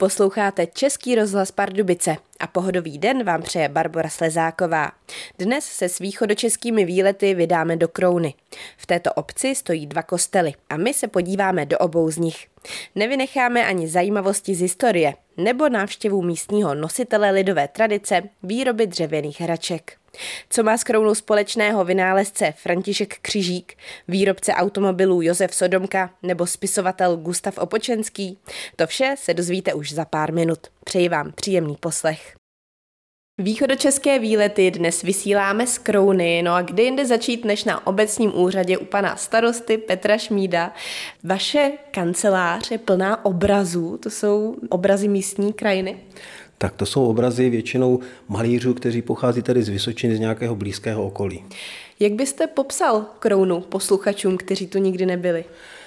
Posloucháte Český rozhlas Pardubice a pohodový den vám přeje Barbora Slezáková. Dnes se s východočeskými výlety vydáme do Krouny. V této obci stojí 2 kostely a my se podíváme do obou z nich. Nevynecháme ani zajímavosti z historie nebo návštěvu místního nositele lidové tradice výroby dřevěných hraček. Co má s Krounou společného vynálezce František Křižík, výrobce automobilů Josef Sodomka nebo spisovatel Gustav Opočenský? To vše se dozvíte už za pár minut. Přeji vám příjemný poslech. Východočeské výlety dnes vysíláme z Krouny, no a kde jinde začít než na obecním úřadě u pana starosty Petra Šmída. Vaše kancelář je plná obrazů, to jsou obrazy místní krajiny? Tak to jsou obrazy většinou malířů, kteří pochází tady z Vysočiny, z nějakého blízkého okolí. Jak byste popsal Krounu posluchačům, kteří tu nikdy nebyli?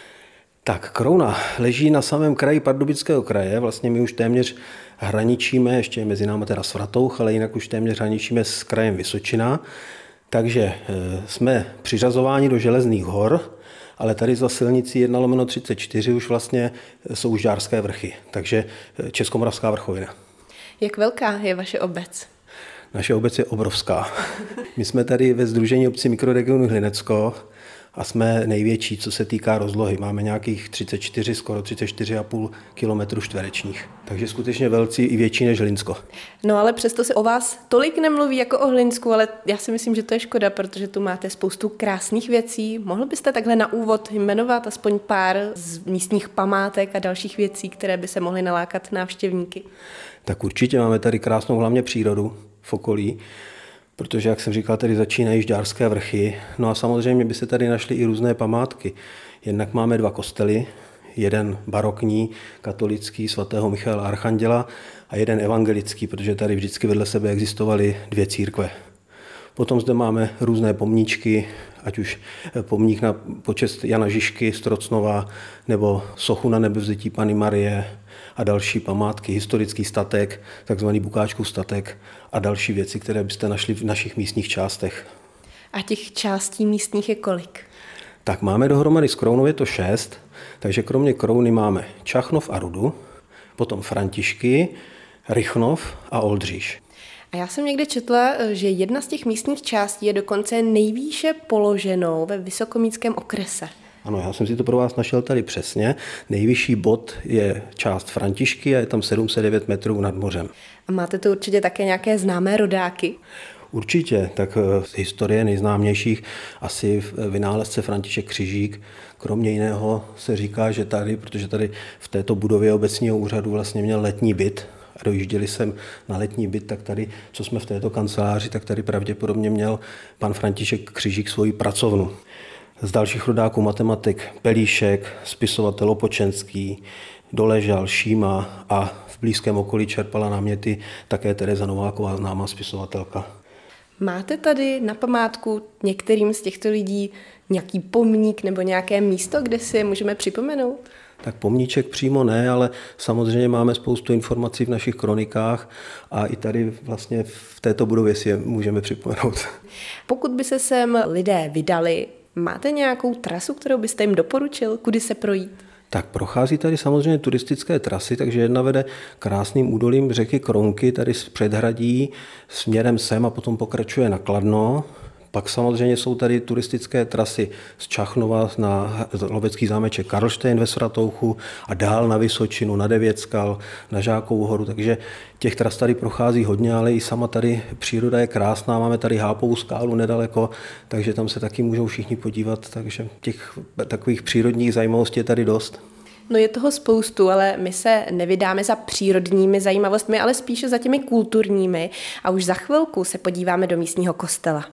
Tak Krouna leží na samém kraji Pardubického kraje, vlastně my už téměř hraničíme, ještě mezi námi teda Svatouch, ale jinak už téměř hraničíme s krajem Vysočina, takže jsme přiřazováni do Železných hor, ale tady za silnicí 1/34 už vlastně jsou Žďárské vrchy, takže Českomoravská vrchovina. Jak velká je vaše obec? Naše obec je obrovská. My jsme tady ve sdružení obcí mikroregionu Hlinecko a jsme největší, co se týká rozlohy. Máme nějakých 34, skoro 34,5 km čtverečních. Takže skutečně velcí i větší než Hlinsko. No ale přesto se o vás tolik nemluví jako o Hlinsku, ale já si myslím, že to je škoda, protože tu máte spoustu krásných věcí. Mohl byste takhle na úvod jmenovat aspoň pár z místních památek a dalších věcí, které by se mohly nalákat návštěvníky? Tak určitě máme tady krásnou hlavně přírodu v okolí, protože, jak jsem říkal, tady začínají Žďárské vrchy. No a samozřejmě by se tady našly i různé památky. Jednak máme 2 kostely, jeden barokní, katolický svatého Michaela Archanděla a jeden evangelický, protože tady vždycky vedle sebe existovaly 2 církve. Potom zde máme různé pomníčky, ať už pomník na počest Jana Žižky z Trocnova, nebo sochu na Nebevzetí Panny Marie a další památky, historický statek, takzvaný Bukáčkův statek a další věci, které byste našli v našich místních částech. A těch částí místních je kolik? Tak máme dohromady s Krounou je to 6, takže kromě Krouny máme Čachnov a Rudu, potom Františky, Rychnov a Oldříž. A já jsem někde četla, že jedna z těch místních částí je dokonce nejvýše položenou ve Vysokomíckém okrese. Ano, já jsem si to pro vás našel tady přesně. Nejvyšší bod je část Františky a je tam 709 metrů nad mořem. A máte tu určitě také nějaké známé rodáky? Určitě, tak z historie nejznámějších asi vynálezce František Křižík. Kromě jiného se říká, že tady, protože tady v této budově obecního úřadu vlastně měl letní byt, a dojížděli jsem na letní byt, tak tady, co jsme v této kanceláři, tak tady pravděpodobně měl pan František Křižík svoji pracovnu. Z dalších rodáků matematik Pelíšek, spisovatel Opočenský, Doležal, Šíma a v blízkém okolí čerpala náměty také Tereza Nováková, známá spisovatelka. Máte tady na památku některým z těchto lidí nějaký pomník nebo nějaké místo, kde si je můžeme připomenout? Tak pomníček přímo ne, ale samozřejmě máme spoustu informací v našich kronikách a i tady vlastně v této budově si je můžeme připomenout. Pokud by se sem lidé vydali, máte nějakou trasu, kterou byste jim doporučil, kudy se projít? Tak prochází tady samozřejmě turistické trasy, takže jedna vede krásným údolím řeky Krounky, tady z předhradí směrem sem a potom pokračuje na Kladno. Pak samozřejmě jsou tady turistické trasy z Čachnova na lovecký zámeček Karlštejn ve Svatouchu a dál na Vysočinu, na Devětskal, na Žákovu horu, takže těch tras tady prochází hodně, ale i sama tady příroda je krásná, máme tady Hápovou skálu nedaleko, takže tam se taky můžou všichni podívat, takže těch takových přírodních zajímavostí je tady dost. No je toho spoustu, ale my se nevydáme za přírodními zajímavostmi, ale spíše za těmi kulturními a už za chvilku se podíváme do místního kostela.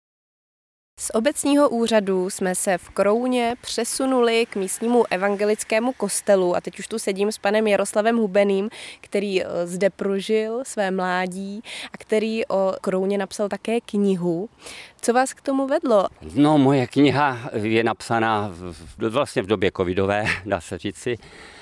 Z obecního úřadu jsme se v Krouně přesunuli k místnímu evangelickému kostelu a teď už tu sedím s panem Jaroslavem Hubeným, který zde prožil své mládí a který o Krouně napsal také knihu. Co vás k tomu vedlo? No, moje kniha je napsaná vlastně v době covidové, dá se říci,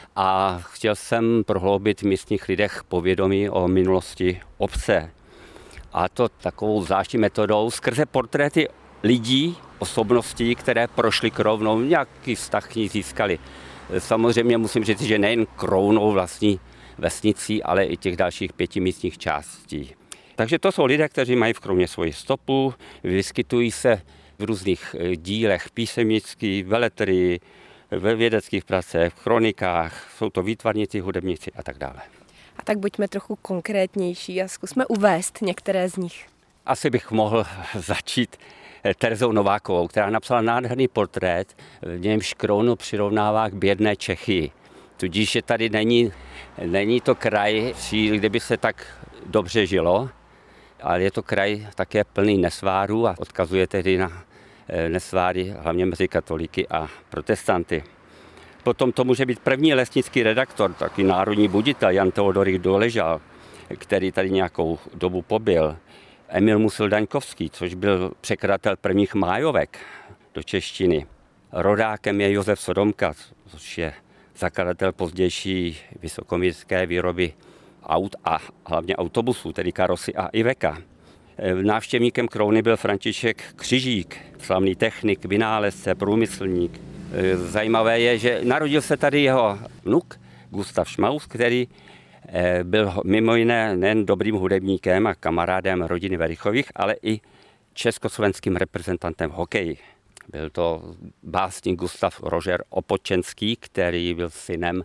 a chtěl jsem prohloubit v místních lidech povědomí o minulosti obce. A to takovou zvláštní metodou skrze portréty lidí, osobností, které prošly Krounou, nějaký vztah k ní získali. Samozřejmě musím říct, že nejen Krounou vlastní vesnicí, ale i těch dalších 5 místních částí. Takže to jsou lidé, kteří mají v Krouně svoji stopu, vyskytují se v různých dílech písemnických, veletrii, ve vědeckých pracech, v kronikách, jsou to výtvarníci, hudebníci a tak dále. A tak buďme trochu konkrétnější a zkusme uvést některé z nich. Asi bych mohl začít Terezou Novákovou, která napsala nádherný portrét, v němž Krounu přirovnává k bědné Čechii. Tudíž, že tady není to kraj, kde by se tak dobře žilo, ale je to kraj také plný nesvárů a odkazuje tedy na nesváry hlavně mezi katolíky a protestanty. Potom to může být první lesnický redaktor, taky národní buditel Jan Teodorik Doležal, který tady nějakou dobu pobyl. Emil Musil-Daňkovský, což byl překladatel prvních májovek do češtiny. Rodákem je Josef Sodomka, což je zakladatel pozdější vysokoměstské výroby aut a hlavně autobusů, tedy karosy a Iveca. Návštěvníkem Krouny byl František Křižík, slavný technik, vynálezce, průmyslník. Zajímavé je, že narodil se tady jeho vnuk Gustav Šmaus, který byl mimo jiné nejen dobrým hudebníkem a kamarádem rodiny Verichových, ale i československým reprezentantem v hokeji. Byl to básník Gustav Rožer Opočenský, který byl synem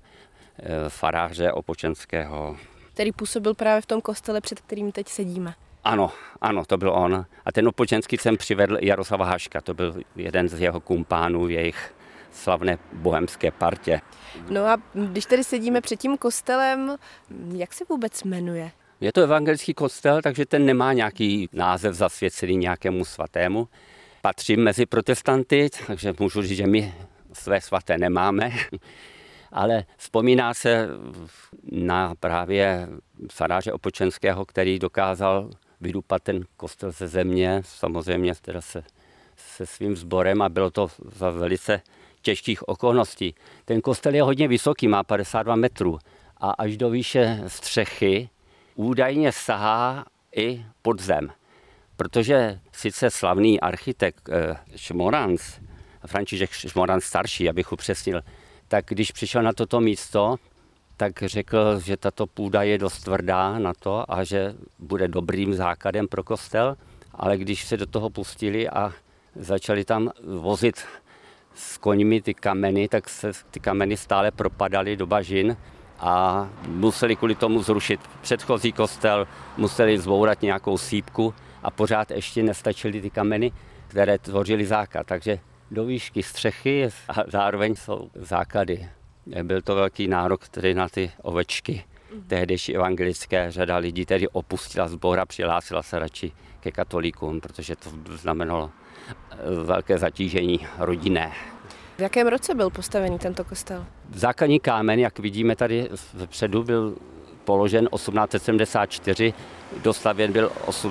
faráře Opočenského. Který působil právě v tom kostele, před kterým teď sedíme. Ano, to byl on. A ten Opočenský sem přivedl Jaroslava Haška, to byl jeden z jeho kumpánů v jejich slavné bohemské partě. No a když tady sedíme před tím kostelem, jak se vůbec jmenuje? Je to evangelický kostel, takže ten nemá nějaký název zasvěcený nějakému svatému. Patřím mezi protestanty, takže můžu říct, že my své svaté nemáme, ale vzpomíná se na právě faráře Opočenského, který dokázal vydupat ten kostel ze země, samozřejmě teda se svým sborem, a bylo to za velice těžkých okolností. Ten kostel je hodně vysoký, má 52 metrů a až do výše střechy údajně sahá i pod zem. Protože sice slavný architekt Šmorans, František Šmorans starší, abych upřesnil, tak když přišel na toto místo, tak řekl, že tato půda je dost tvrdá na to a že bude dobrým základem pro kostel, ale když se do toho pustili a začali tam vozit s koňmi ty kameny, tak se ty kameny stále propadaly do bažin a museli kvůli tomu zrušit předchozí kostel, museli zbourat nějakou sýpku a pořád ještě nestačily ty kameny, které tvořily základ. Takže do výšky střechy a zároveň jsou základy. Byl to velký nárok tedy na ty ovečky tehdejší evangelické. Řada lidí tedy opustila sbor a přihlásila se radši ke katolíkům, protože to znamenalo velké zatížení rodinné. V jakém roce byl postavený tento kostel? Základní kámen, jak vidíme tady vpředu, byl položen 1874, dostavěn byl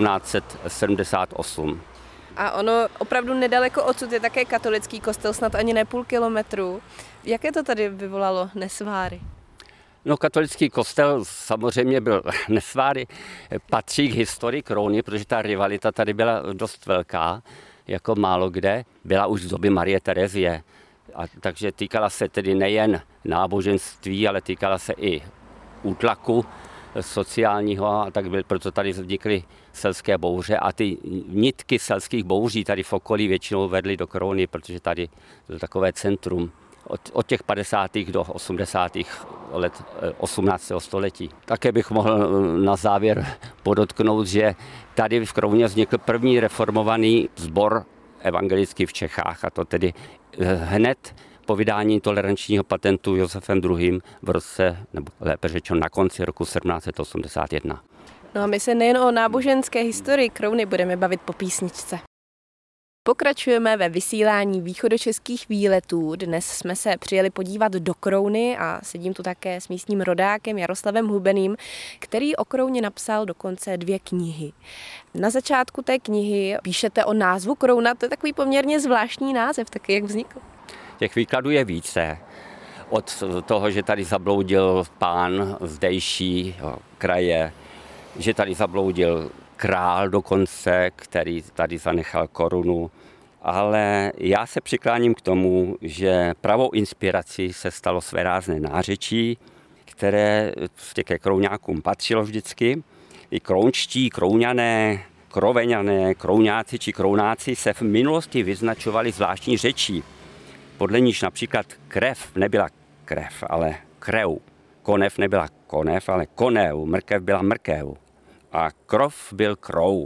1878. A ono opravdu nedaleko odsud je také katolický kostel, snad ani ne půl kilometru. Jaké to tady vyvolalo nesváry? No, katolický kostel samozřejmě byl nesváry, patří k historii Krouny, protože ta rivalita tady byla dost velká, jako málo kde. Byla už z doby Marie Terezie. A takže týkala se tedy nejen náboženství, ale týkala se i útlaku sociálního, a tak proto tady vznikly selské bouře a ty nitky selských bouří tady v okolí většinou vedly do Krouny, protože tady bylo takové centrum od těch 50. do 80. let 18. století. Také bych mohl na závěr podotknout, že tady v Krouně vznikl první reformovaný sbor evangelický v Čechách, a to tedy hned po vydání tolerančního patentu Josefem II. V roce, nebo lépe řečeno na konci roku 1781. No a my se nejen o náboženské historii Krouny budeme bavit po písničce. Pokračujeme ve vysílání východočeských výletů. Dnes jsme se přijeli podívat do Krouny a sedím tu také s místním rodákem Jaroslavem Hubeným, který o Krouně napsal dokonce 2 knihy. Na začátku té knihy píšete o názvu Krouna, to je takový poměrně zvláštní název, taky jak vznikl. Těch výkladů je více. Od toho, že tady zabloudil pán zdejší kraje, že tady zabloudil král dokonce, který tady zanechal korunu. Ale já se přikláním k tomu, že pravou inspirací se stalo svérázné nářečí, které ke krouňákům patřilo vždycky. I krounčtí, krouňané, kroveňané, krouňáci či krounáci se v minulosti vyznačovali zvláštní řečí. Podle níž například krev nebyla krev, ale kreu. Konev nebyla konev, ale koneu. Mrkev byla mrkev. A krov byl krou.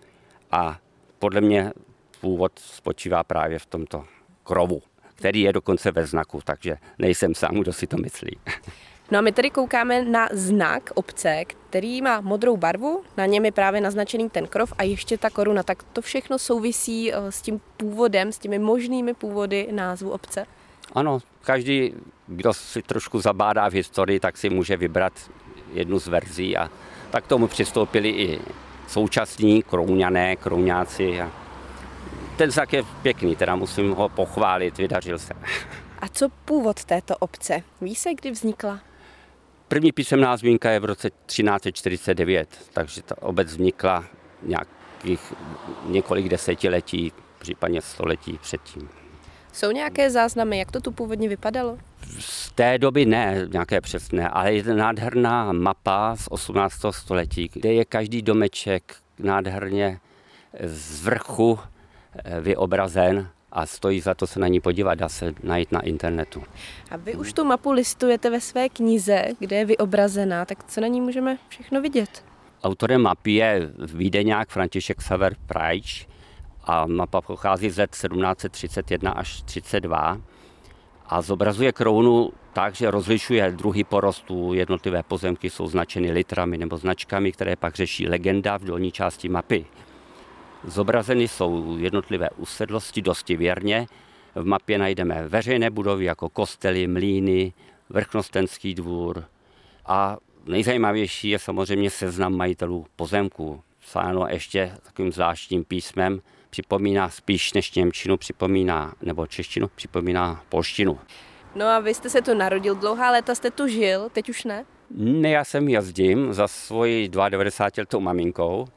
A podle mě původ spočívá právě v tomto krovu, který je dokonce ve znaku, takže nejsem sám, kdo si to myslí. No a my tady koukáme na znak obce, který má modrou barvu, na něm je právě naznačený ten krov a ještě ta koruna. Tak to všechno souvisí s tím původem, s těmi možnými původy názvu obce? Ano, každý, kdo si trošku zabádá v historii, tak si může vybrat jednu z verzí a tak k tomu přistoupili i současní krouňané, krouňáci. A ten znak je pěkný, teda musím ho pochválit, vydařil se. A co původ této obce? Ví se, kdy vznikla? První písemná zmínka je v roce 1349, takže ta obec vznikla nějakých několik desetiletí, případně století předtím. Jsou nějaké záznamy, jak to tu původně vypadalo? Z té doby ne nějaké přesné, ale je to nádherná mapa z 18. století, kde je každý domeček nádherně z vrchu vyobrazen a stojí za to se na ní podívat, dá se najít na internetu. A vy už tu mapu listujete ve své knize, kde je vyobrazená, tak co na ní můžeme všechno vidět? Autorem mapy je Vídeňák František Xaver Prajč a mapa pochází z let 1731 až 32 a zobrazuje krounu tak, že rozlišuje druhy porostů, jednotlivé pozemky jsou značeny litrami nebo značkami, které pak řeší legenda v dolní části mapy. Zobrazeny jsou jednotlivé usedlosti dosti věrně. V mapě najdeme veřejné budovy jako kostely, mlýny, vrchnostenský dvůr a nejzajímavější je samozřejmě seznam majitelů pozemků. Psáno ještě takovým zvláštním písmem, připomíná spíš než němčinu, nebo češtinu, připomíná polštinu. No a vy jste se tu narodil, dlouhá léta jste tu žil, teď už ne? Ne, já sem jezdím za svoji 92letou maminkou,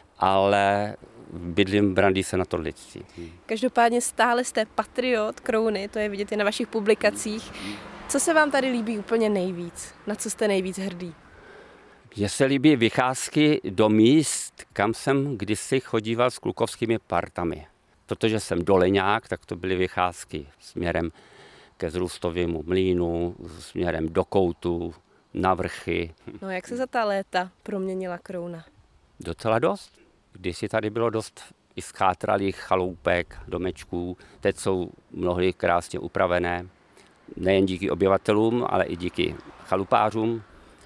ale bydlím v Brandýse na Torlici. Každopádně stále jste patriot Krouny, to je vidět i na vašich publikacích. Co se vám tady líbí úplně nejvíc? Na co jste nejvíc hrdý? Mně se líbí vycházky do míst, kam jsem kdysi chodíval s klukovskými partami. Protože jsem doleňák, tak to byly vycházky směrem ke Zrůstovému mlýnu, směrem do Koutu, na vrchy. No jak se za ta léta proměnila Krouna? Docela dost. Kdysi tady bylo dost i schátralých chaloupek, domečků. Teď jsou mnohdy krásně upravené. Nejen díky obyvatelům, ale i díky chalupářům.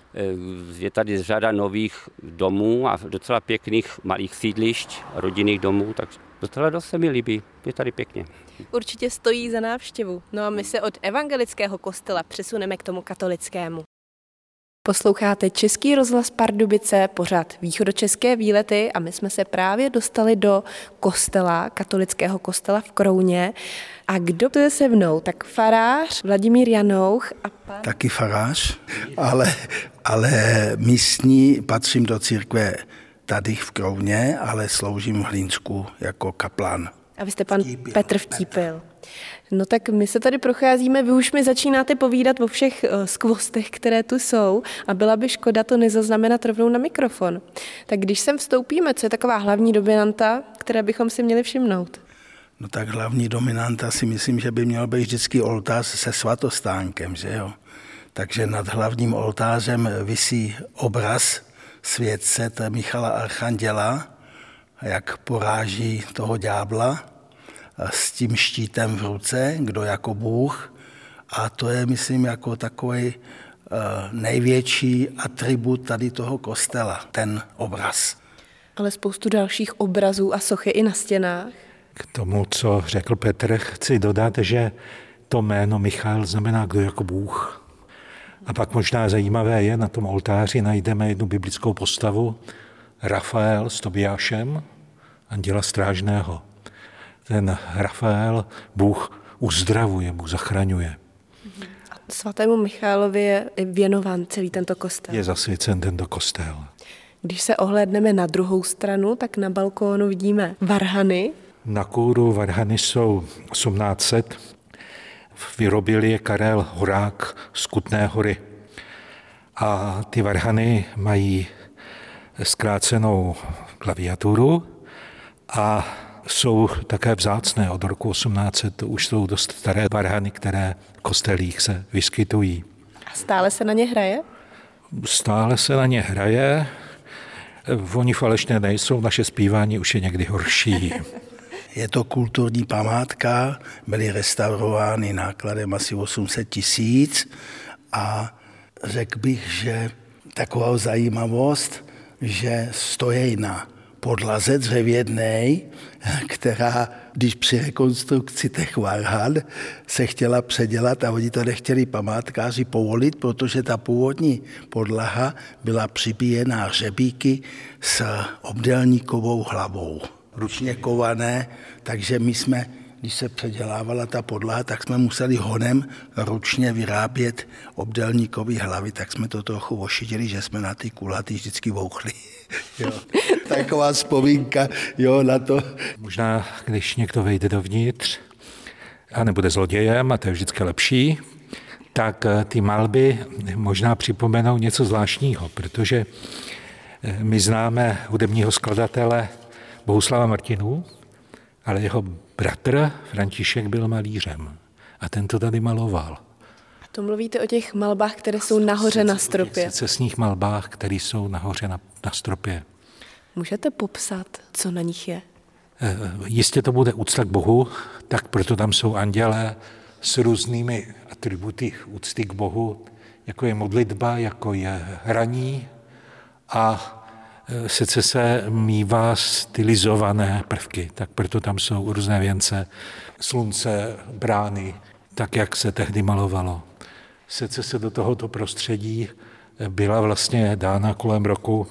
Je tady řada nových domů a docela pěkných malých sídlišť, rodinných domů, tak docela dost se mi líbí. Je tady pěkně. Určitě stojí za návštěvu. No a my se od evangelického kostela přesuneme k tomu katolickému. Posloucháte Český rozhlas Pardubice, pořad Východočeské výlety a my jsme se právě dostali do kostela, katolického kostela v Krouně. A kdo to je se mnou? Tak farář Vladimír Janouch a pan... Taky farář, ale místní, patřím do církve tady v Krouně, ale sloužím v Hlínsku jako kaplan. A vy jste pan Petr Vtípil. No tak my se tady procházíme, vy už mi začínáte povídat o všech skvostech, které tu jsou a byla by škoda to nezaznamenat rovnou na mikrofon. Tak když sem vstoupíme, co je taková hlavní dominanta, které bychom si měli všimnout? No tak hlavní dominanta si myslím, že by měl být vždycky oltář se svatostánkem, že jo? Takže nad hlavním oltářem visí obraz světce, to je Michala Archanděla, jak poráží toho ďábla s tím štítem v ruce, kdo jako Bůh. A to je, myslím, jako takový největší atribut tady toho kostela, ten obraz. Ale spoustu dalších obrazů a sochy i na stěnách. K tomu, co řekl Petr, chci dodat, že to jméno Michal znamená kdo jako Bůh. A pak možná zajímavé je, na tom oltáři najdeme jednu biblickou postavu, Rafael s Tobiášem, anděla strážného. Ten Rafael Bůh uzdravuje, Bůh zachraňuje. A svatému Michaelovi je věnován celý tento kostel. Je zasvěcen tento kostel. Když se ohlédneme na druhou stranu, tak na balkónu vidíme varhany. Na kůru varhany jsou 1800. Vyrobil je Karel Horák z Kutné Hory. a ty varhany mají zkrácenou klaviaturu a jsou také vzácné. Od roku 1800 to už jsou dost staré varhany, které v kostelích se vyskytují. A stále se na ně hraje? Stále se na ně hraje. Oni falešné nejsou, naše zpívání už je někdy horší. Je to kulturní památka, byly restaurovány nákladem asi 800 000 a řekl bych, že taková zajímavost, že stojí na podlaze dřevědnej, která, když při rekonstrukci těch varhan se chtěla předělat a oni to nechtěli památkáři povolit, protože ta původní podlaha byla přibíjená hřebíky s obdélníkovou hlavou. Ručně kované, takže my jsme, když se předělávala ta podlaha, tak jsme museli honem ručně vyrábět obdélníkové hlavy, tak jsme to trochu ošidili, že jsme na ty kulatý vždycky vouchli. Jo. Taková vzpomínka, jo, na to. Možná, když někdo vejde dovnitř a nebude zlodějem, a to je vždycky lepší, tak ty malby možná připomenou něco zvláštního, protože my známe hudebního skladatele Bohuslava Martinů, ale jeho bratr František byl malířem a ten to tady maloval. A to mluvíte o těch malbách, které jsou nahoře na stropě. Secesních malbách, které jsou nahoře na stropě. Můžete popsat, co na nich je? Jistě to bude úcta k Bohu, tak proto tam jsou andělé s různými atributy úcty k Bohu, jako je modlitba, jako je hraní a sice se mívá stylizované prvky, tak proto tam jsou různé věnce, slunce, brány, tak jak se tehdy malovalo. Sice se do tohoto prostředí byla vlastně dána kolem roku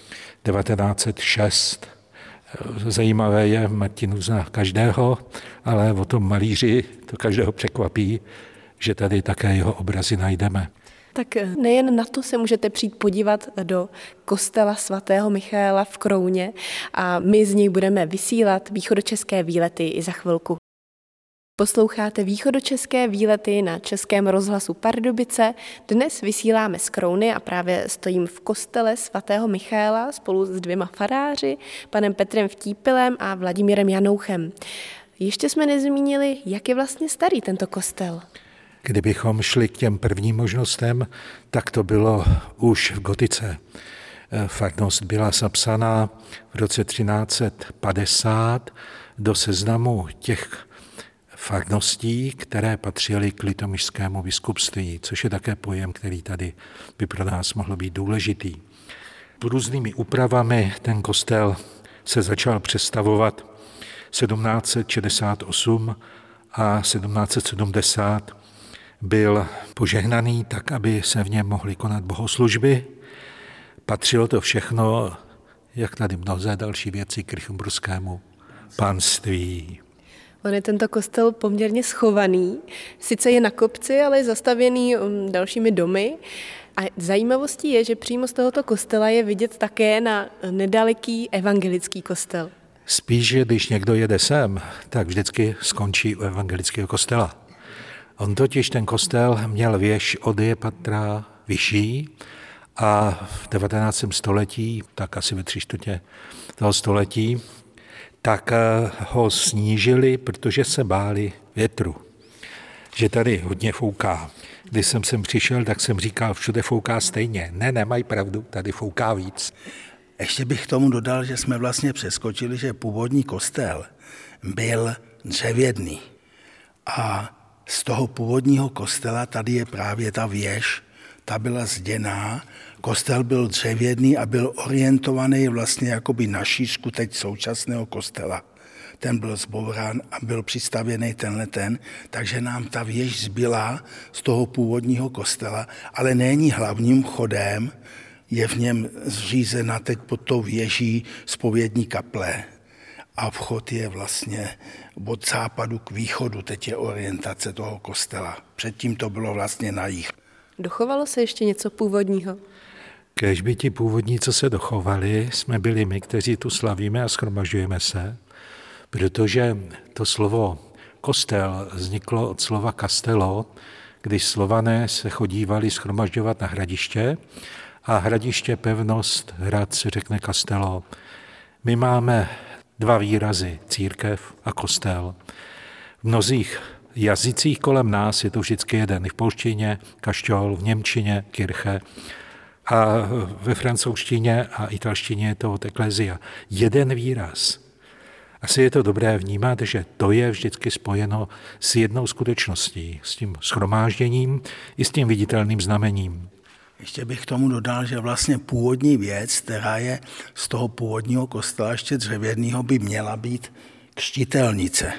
1906. Zajímavé je, Martin zná každého, ale o tom malíři to každého překvapí, že tady také jeho obrazy najdeme. Tak nejen na to se můžete přijít podívat do kostela svatého Michaela v Krouně a my z něj budeme vysílat východočeské výlety i za chvilku. Posloucháte východočeské výlety na Českém rozhlasu Pardubice. Dnes vysíláme z Krouny a právě stojím v kostele svatého Michaela spolu s 2 faráři, panem Petrem Vtípilem a Vladimírem Janouchem. Ještě jsme nezmínili, jak je vlastně starý tento kostel. Kdybychom šli k těm prvním možnostem, tak to bylo už v gotice. Farnost byla zapsaná v roce 1350 do seznamu těch farností, které patřily k litomyšskému biskupství, což je také pojem, který tady by pro nás mohl být důležitý. Různými úpravami ten kostel se začal přestavovat 1768 a 1770 byl požehnaný tak, aby se v něm mohly konat bohoslužby. Patřilo to všechno, jak tady mnohé další věci, k rychnoburskému panství. On je tento kostel poměrně schovaný, sice je na kopci, ale je zastavěný dalšími domy. A zajímavostí je, že přímo z tohoto kostela je vidět také na nedaleký evangelický kostel. Spíš, že když někdo jede sem, tak vždycky skončí u evangelického kostela. On totiž ten kostel měl věž o 2 patra vyšší a v 19. století, tak asi ve 3/4 toho století, tak ho snížili, protože se báli větru, že tady hodně fouká. Když jsem sem přišel, tak jsem říkal, všude fouká stejně. Ne, mají pravdu, tady fouká víc. Ještě bych k tomu dodal, že jsme vlastně přeskočili, že původní kostel byl dřevěný. A z toho původního kostela tady je právě ta věž, ta byla zděná, kostel byl dřevěný a byl orientovaný vlastně jakoby na šířku teď současného kostela. Ten byl zbourán a byl přistavěný ten, takže nám ta věž zbyla z toho původního kostela, ale není hlavním chodem, je v něm zřízena teď pod tou věží zpovědní kaple. A vchod je vlastně od západu k východu, teď je orientace toho kostela. Předtím to bylo vlastně na jih. Dochovalo se ještě něco původního? Kéž by ti původní, co se dochovali, jsme byli my, kteří tu slavíme a shromažďujeme se, protože to slovo kostel vzniklo od slova castello, když Slované se chodívali shromažďovat na hradiště a hradiště, pevnost, hrad se řekne kastelo. My máme dva výrazy, církev a kostel. V mnozích jazycích kolem nás je to vždycky jeden. V polštině kašťol, v němčině kirche a ve francouzštině a italštině je to eklezia. Jeden výraz. Asi je to dobré vnímat, že to je vždycky spojeno s jednou skutečností, s tím shromážděním i s tím viditelným znamením. Ještě bych k tomu dodal, že vlastně původní věc, která je z toho původního kostela ještě dřevěného, by měla být křtitelnice.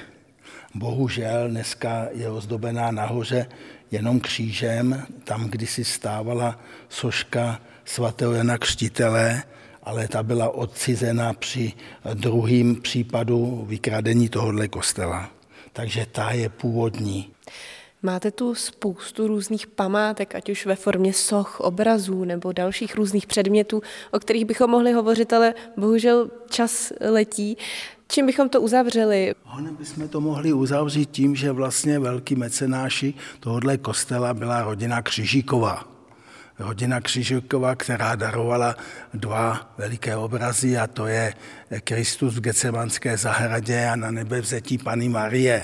Bohužel dneska je ozdobená nahoře jenom křížem, tam kdysi stávala soška svatého Jana Křtitele, ale ta byla odcizena při druhém případu vykradení tohohle kostela. Takže ta je původní. Máte tu spoustu různých památek, ať už ve formě soch, obrazů nebo dalších různých předmětů, o kterých bychom mohli hovořit, ale bohužel čas letí. Čím bychom to uzavřeli? Ono bychom to mohli uzavřít tím, že vlastně velký mecenáši tohohle kostela byla rodina Křižíková. Rodina Křižíková, která darovala dva veliké obrazy, a to je Kristus v Getsemanské zahradě a Na nebevzetí Panny Marie.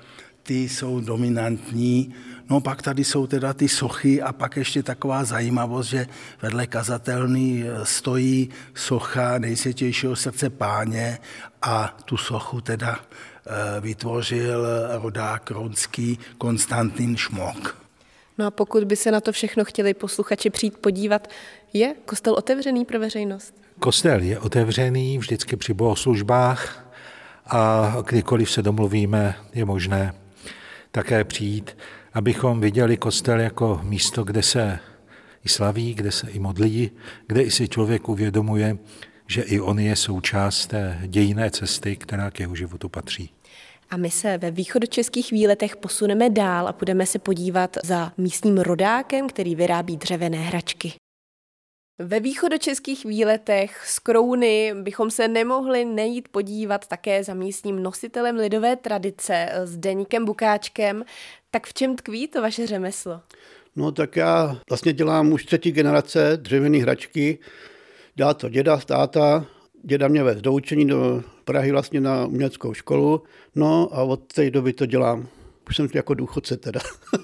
Ty jsou dominantní. No pak tady jsou teda ty sochy a pak ještě taková zajímavost, že vedle kazatelny stojí socha Nejsvětějšího srdce Páně a tu sochu teda vytvořil rodák rounský Konstantin Šmok. No a pokud by se na to všechno chtěli posluchači přijít podívat, je kostel otevřený pro veřejnost? Kostel je otevřený vždycky při bohoslužbách a kdykoliv se domluvíme, je možné také přijít, abychom viděli kostel jako místo, kde se i slaví, kde se i modlí, kde i si člověk uvědomuje, že i on je součást té dějinné cesty, která k jeho životu patří. A my se ve východočeských výletech posuneme dál a budeme se podívat za místním rodákem, který vyrábí dřevěné hračky. Ve východočeských výletech z Krouny bychom se nemohli nejít podívat také za místním nositelem lidové tradice, Zdeňkem Bukáčkem. Tak v čem tkví to vaše řemeslo? No tak já vlastně dělám už 3. generace dřevěné hračky. Dělá to děda, táta. Děda mě vez do učení do Prahy vlastně na uměleckou školu. No a od té doby to dělám. Už jsem jako důchodce teda.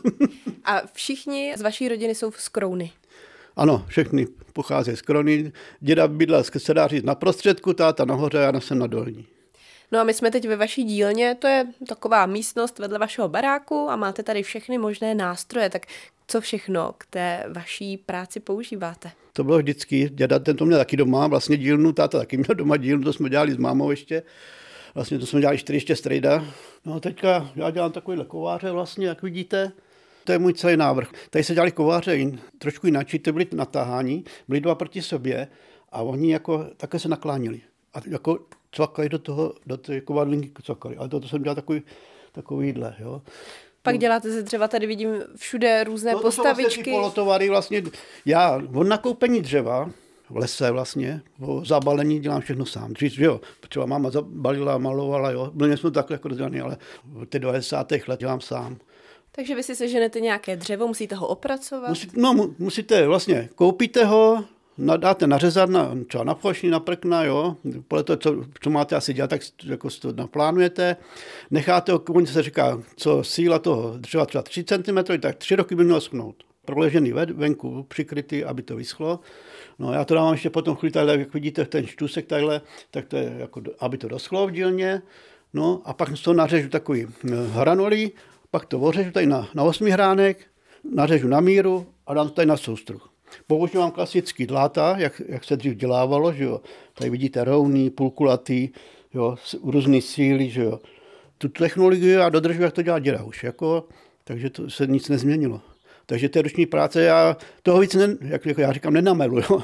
A všichni z vaší rodiny jsou z Krouny? Ano, všechny pocházejí z Krouny. Děda bydlel, se dá říct, na prostředku, táta nahoře a já jsem na dolní. No a my jsme teď ve vaší dílně, to je taková místnost vedle vašeho baráku a máte tady všechny možné nástroje, tak co všechno k té vaší práci používáte? To bylo vždycky, děda ten to měl taky doma, vlastně dílnu, táta taky měl doma dílnu, to jsme dělali s mámou ještě, vlastně to jsme dělali 4 ještě strejda. No teďka já dělám takovýhle kováře vlastně, jak vidíte. To je můj celý návrh. Tady se dělali kováře trošku jinak, ty byly natáhání, byly dva proti sobě a oni jako také se naklánili. A jako cvakali do té kovádlinky cvakali. Ale to jsem dělal takovýhle, jo. Pak děláte se třeba, tady vidím všude různé postavičky. To jsou vlastně ty polotovary, vlastně já od nakoupení dřeva v lese vlastně, o zabalení dělám všechno sám. Dřív, jo, třeba máma zabalila, malovala, jo. Byli jsme takhle jako rozdělaný, ale v těch 90. let dělám sám. Takže vy si seženete nějaké dřevo, musíte ho opracovat? Musíte vlastně, koupíte ho, dáte nařezat třeba na plošní, na prkna, jo, podle toho, co máte asi dělat, tak jako to naplánujete, necháte ho, oni se říká, co síla toho dřeva třeba 3 cm, tak 3 roky by mělo schnout. Proležený venku, přikrytý, aby to vyschlo. No já to dávám ještě potom chvíli, takhle, jak vidíte, ten štůsek takhle, tak to je jako, aby to doschlo v dílně. No a pak to nařežu takový hranolí, pak to ořežu tady na 8 hránek, nařežu na míru a dám to tady na soustruh. Používám klasický dláta, jak se dřív dělávalo, že jo. Tady vidíte rovný, půlkulatý, jo, různý síly, že jo. Tu technologii já dodržuji, jak to dělá děda už, jako, takže to se nic nezměnilo. Takže to je ruční práce, já toho víc, jak já říkám, nenamelu, jo,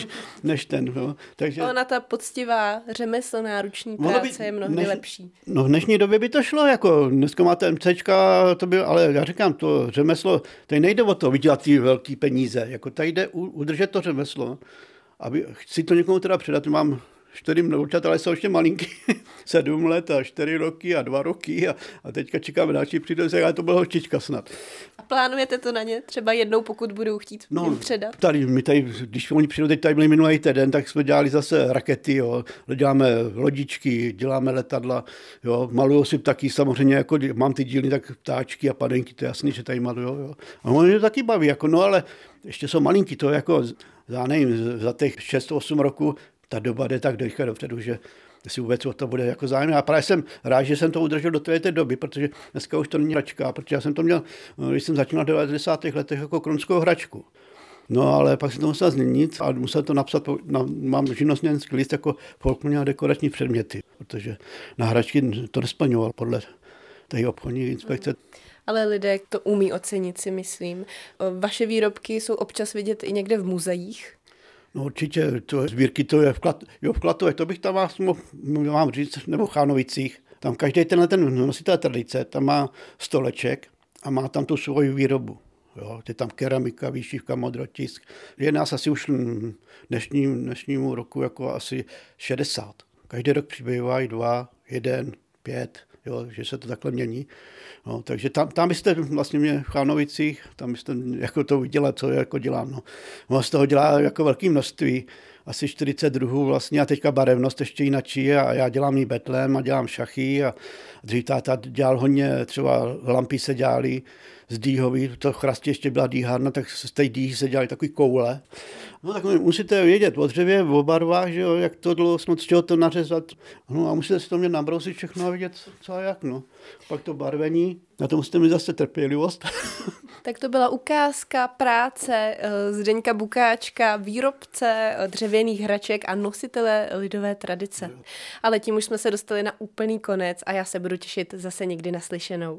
než ten. Jo. Takže... Ona ta poctivá řemeslná ruční práce je mnohdy lepší. No v dnešní době by to šlo, jako dneska máte MCčka, ale já říkám, to řemeslo, tady nejde o to vydělat ty velký peníze, jako tady jde udržet to řemeslo, aby chci to někomu teda předat, mám 4 vnoučata, ale jsou ještě malinký, 7 let a 4 roky a 2 roky a teďka čekáme další přírodce, ale to byla holčička snad. A plánujete to na ně třeba jednou, pokud budou chtít jim předat? My tady, když oni přijdou, teď tady byli minulý týden, tak jsme dělali zase rakety, jo. Děláme lodičky, děláme letadla, jo. Maluju si taky samozřejmě, jako mám ty dílny, tak ptáčky a padenky, to je jasný, že tady maluju, jo. A oni to taky baví, jako, no ale ještě jsou malinký, to je jako, já nevím, za těch 6-8 roku ta doba jde tak rychle dopředu, že si vůbec o to bude jako zájem. A právě jsem rád, že jsem to udržel do té doby, protože dneska už to není hračka, protože já jsem to měl, když jsem začínal v 90. letech jako kronskou hračku. No ale pak jsem to musel změnit a musel to napsat, mám živnostnický list jako folklorní a dekorační předměty, protože na hračky to nesplňoval podle té obchodní inspekce. Ale lidé to umí ocenit, si myslím. Vaše výrobky jsou občas vidět i někde v muzeích? No určitě, to sbírky to je v Klatovech, to bych tam mám říct, nebo v Chánovicích. Tam každý ten nositel tradice, tam má stoleček a má tam tu svoji výrobu. Jo, je tam keramika, výšivka, modrotisk. Je nás asi už dnešnímu roku jako asi 60. Každý rok přibývají 2, 1, 5, jo, že se to takhle mění. No, takže tam byste vlastně mě v Chánovicích, tam byste jako to viděla, co jako dělám. No. No, z toho dělá jako velké množství, asi 40 druhů vlastně a teďka barevnost ještě jinačí a já dělám i betlém a dělám šachy a dřív táta dělal hodně, třeba lampy se dělaly z dýhový, to v Chrastě ještě byla dýhárna, tak z té dýhy se dělaly takový koule. No tak musíte vědět o dřevě, o barvách, že jo, jak to dlouho, z čeho to nařezat. No a musíte si to mě nabrousit všechno a vidět, co a jak. No. Pak to barvení, na to musíte mít zase trpělivost. Tak to byla ukázka práce Zdeňka Bukáčka, výrobce dřevěných hraček a nositele lidové tradice. Ale tím už jsme se dostali na úplný konec a já se budu těšit zase někdy naslyšenou.